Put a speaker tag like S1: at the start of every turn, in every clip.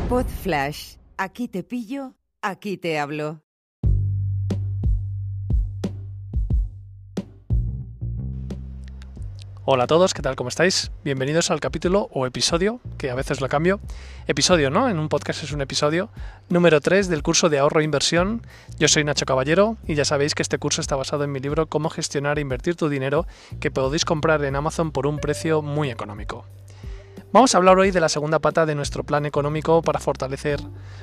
S1: Pod Flash. Aquí te pillo, aquí te hablo.
S2: Hola a todos, ¿qué tal? ¿Cómo estáis? Bienvenidos al capítulo o episodio, que a veces lo cambio. Episodio, ¿no? En un podcast es un episodio. Número 3 del curso de ahorro e inversión. Yo soy Nacho Caballero y ya sabéis que este curso está basado en mi libro Cómo gestionar e invertir tu dinero, que podéis comprar en Amazon por un precio muy económico. Vamos a hablar hoy de la segunda pata de nuestro plan económico para fortalecer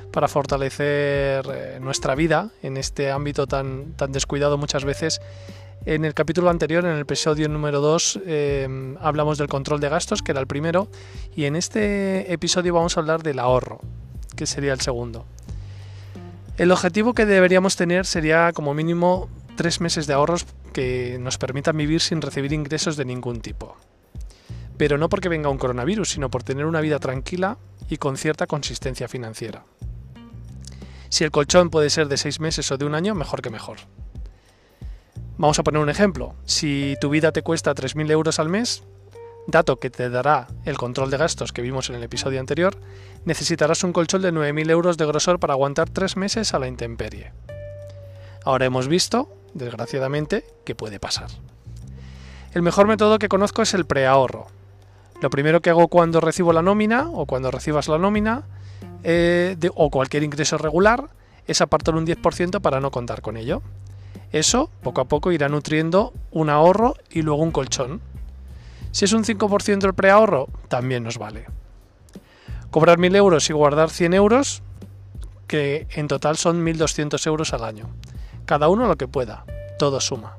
S2: nuestra vida en este ámbito tan descuidado muchas veces. En el capítulo anterior, en el episodio número 2, hablamos del control de gastos, que era el primero, y en este episodio vamos a hablar del ahorro, que sería el segundo. El objetivo que deberíamos tener sería como mínimo 3 meses de ahorros que nos permitan vivir sin recibir ingresos de ningún tipo. Pero no porque venga un coronavirus, sino por tener una vida tranquila y con cierta consistencia financiera. Si el colchón puede ser de 6 meses o de un año, mejor que mejor. Vamos a poner un ejemplo. Si tu vida te cuesta 3.000 euros al mes, dato que te dará el control de gastos que vimos en el episodio anterior, necesitarás un colchón de 9.000 euros de grosor para aguantar 3 meses a la intemperie. Ahora hemos visto, desgraciadamente, que puede pasar. El mejor método que conozco es el preahorro. Lo primero que hago cuando recibo la nómina o cuando recibas la nómina o cualquier ingreso regular es apartar un 10% para no contar con ello. Eso, poco a poco, irá nutriendo un ahorro y luego un colchón. Si es un 5% el preahorro, también nos vale. Cobrar 1.000 euros y guardar 100 euros, que en total son 1.200 euros al año. Cada uno lo que pueda, todo suma.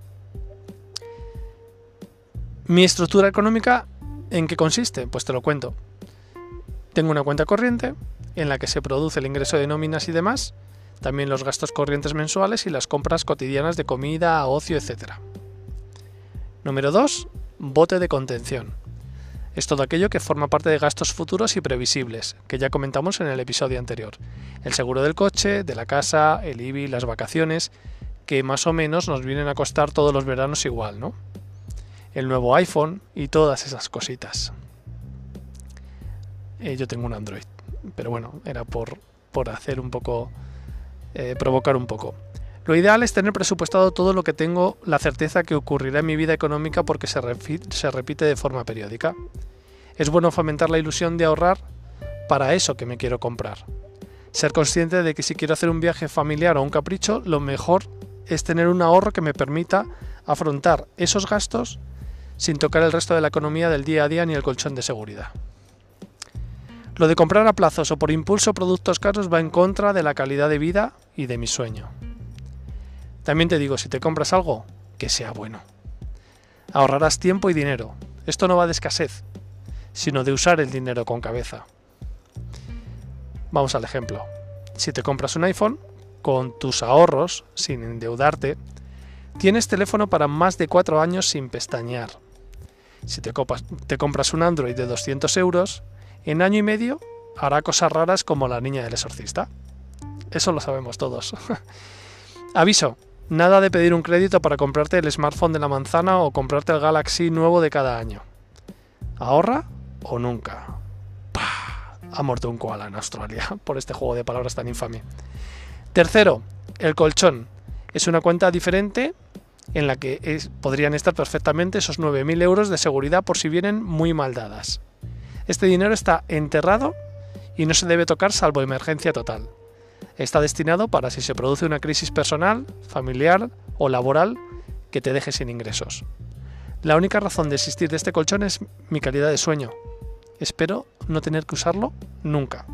S2: ¿Mi estructura económica en qué consiste? Pues te lo cuento. Tengo una cuenta corriente en la que se produce el ingreso de nóminas y demás, también los gastos corrientes mensuales y las compras cotidianas de comida, ocio, etc. Número 2. Bote de contención. Es todo aquello que forma parte de gastos futuros y previsibles, que ya comentamos en el episodio anterior. El seguro del coche, de la casa, el IBI, las vacaciones, que más o menos nos vienen a costar todos los veranos igual, ¿no? El nuevo iPhone y todas esas cositas. Yo tengo un Android, pero bueno, era por hacer un poco... provocar un poco. Lo ideal es tener presupuestado todo lo que tengo la certeza que ocurrirá en mi vida económica porque se repite de forma periódica. Es bueno fomentar la ilusión de ahorrar para eso que me quiero comprar. Ser consciente de que si quiero hacer un viaje familiar o un capricho, lo mejor es tener un ahorro que me permita afrontar esos gastos sin tocar el resto de la economía del día a día ni el colchón de seguridad. Lo de comprar a plazos o por impulso productos caros va en contra de la calidad de vida y de mi sueño. También te digo, si te compras algo, que sea bueno. Ahorrarás tiempo y dinero. Esto no va de escasez, sino de usar el dinero con cabeza. Vamos al ejemplo. Si te compras un iPhone, con tus ahorros, sin endeudarte, tienes teléfono para más de 4 años sin pestañear. Si te compras un Android de 200 euros, en año y medio hará cosas raras como la niña del exorcista. Eso lo sabemos todos. Aviso, nada de pedir un crédito para comprarte el smartphone de la manzana o comprarte el Galaxy nuevo de cada año. Ahorra o nunca. ¡Pah! Ha muerto un koala en Australia por este juego de palabras tan infame. Tercero, el colchón. Es una cuenta diferente en la que podrían estar perfectamente esos 9.000 euros de seguridad por si vienen muy mal dadas. Este dinero está enterrado y no se debe tocar salvo emergencia total. Está destinado para si se produce una crisis personal, familiar o laboral que te deje sin ingresos. La única razón de existir de este colchón es mi calidad de sueño. Espero no tener que usarlo nunca.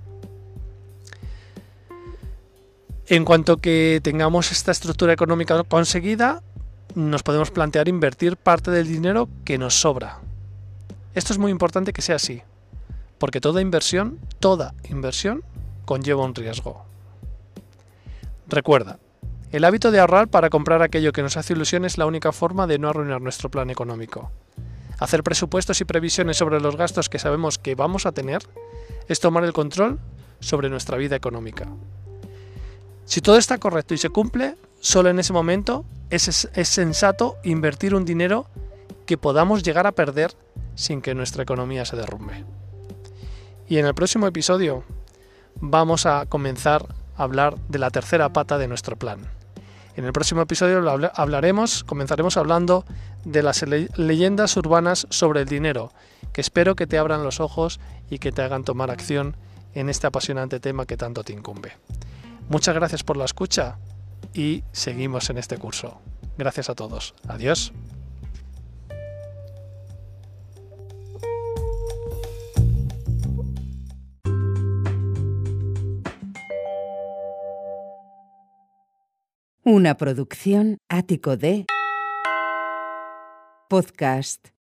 S2: En cuanto que tengamos esta estructura económica conseguida, nos podemos plantear invertir parte del dinero que nos sobra. Esto es muy importante que sea así, porque toda inversión conlleva un riesgo. Recuerda, el hábito de ahorrar para comprar aquello que nos hace ilusión es la única forma de no arruinar nuestro plan económico. Hacer presupuestos y previsiones sobre los gastos que sabemos que vamos a tener es tomar el control sobre nuestra vida económica. Si todo está correcto y se cumple, solo en ese momento es sensato invertir un dinero que podamos llegar a perder sin que nuestra economía se derrumbe. Y en el próximo episodio vamos a comenzar a hablar de la tercera pata de nuestro plan. En el próximo episodio comenzaremos hablando de las leyendas urbanas sobre el dinero, que espero que te abran los ojos y que te hagan tomar acción en este apasionante tema que tanto te incumbe. Muchas gracias por la escucha y seguimos en este curso. Gracias a todos. Adiós.
S1: Una producción Ático de Podcast.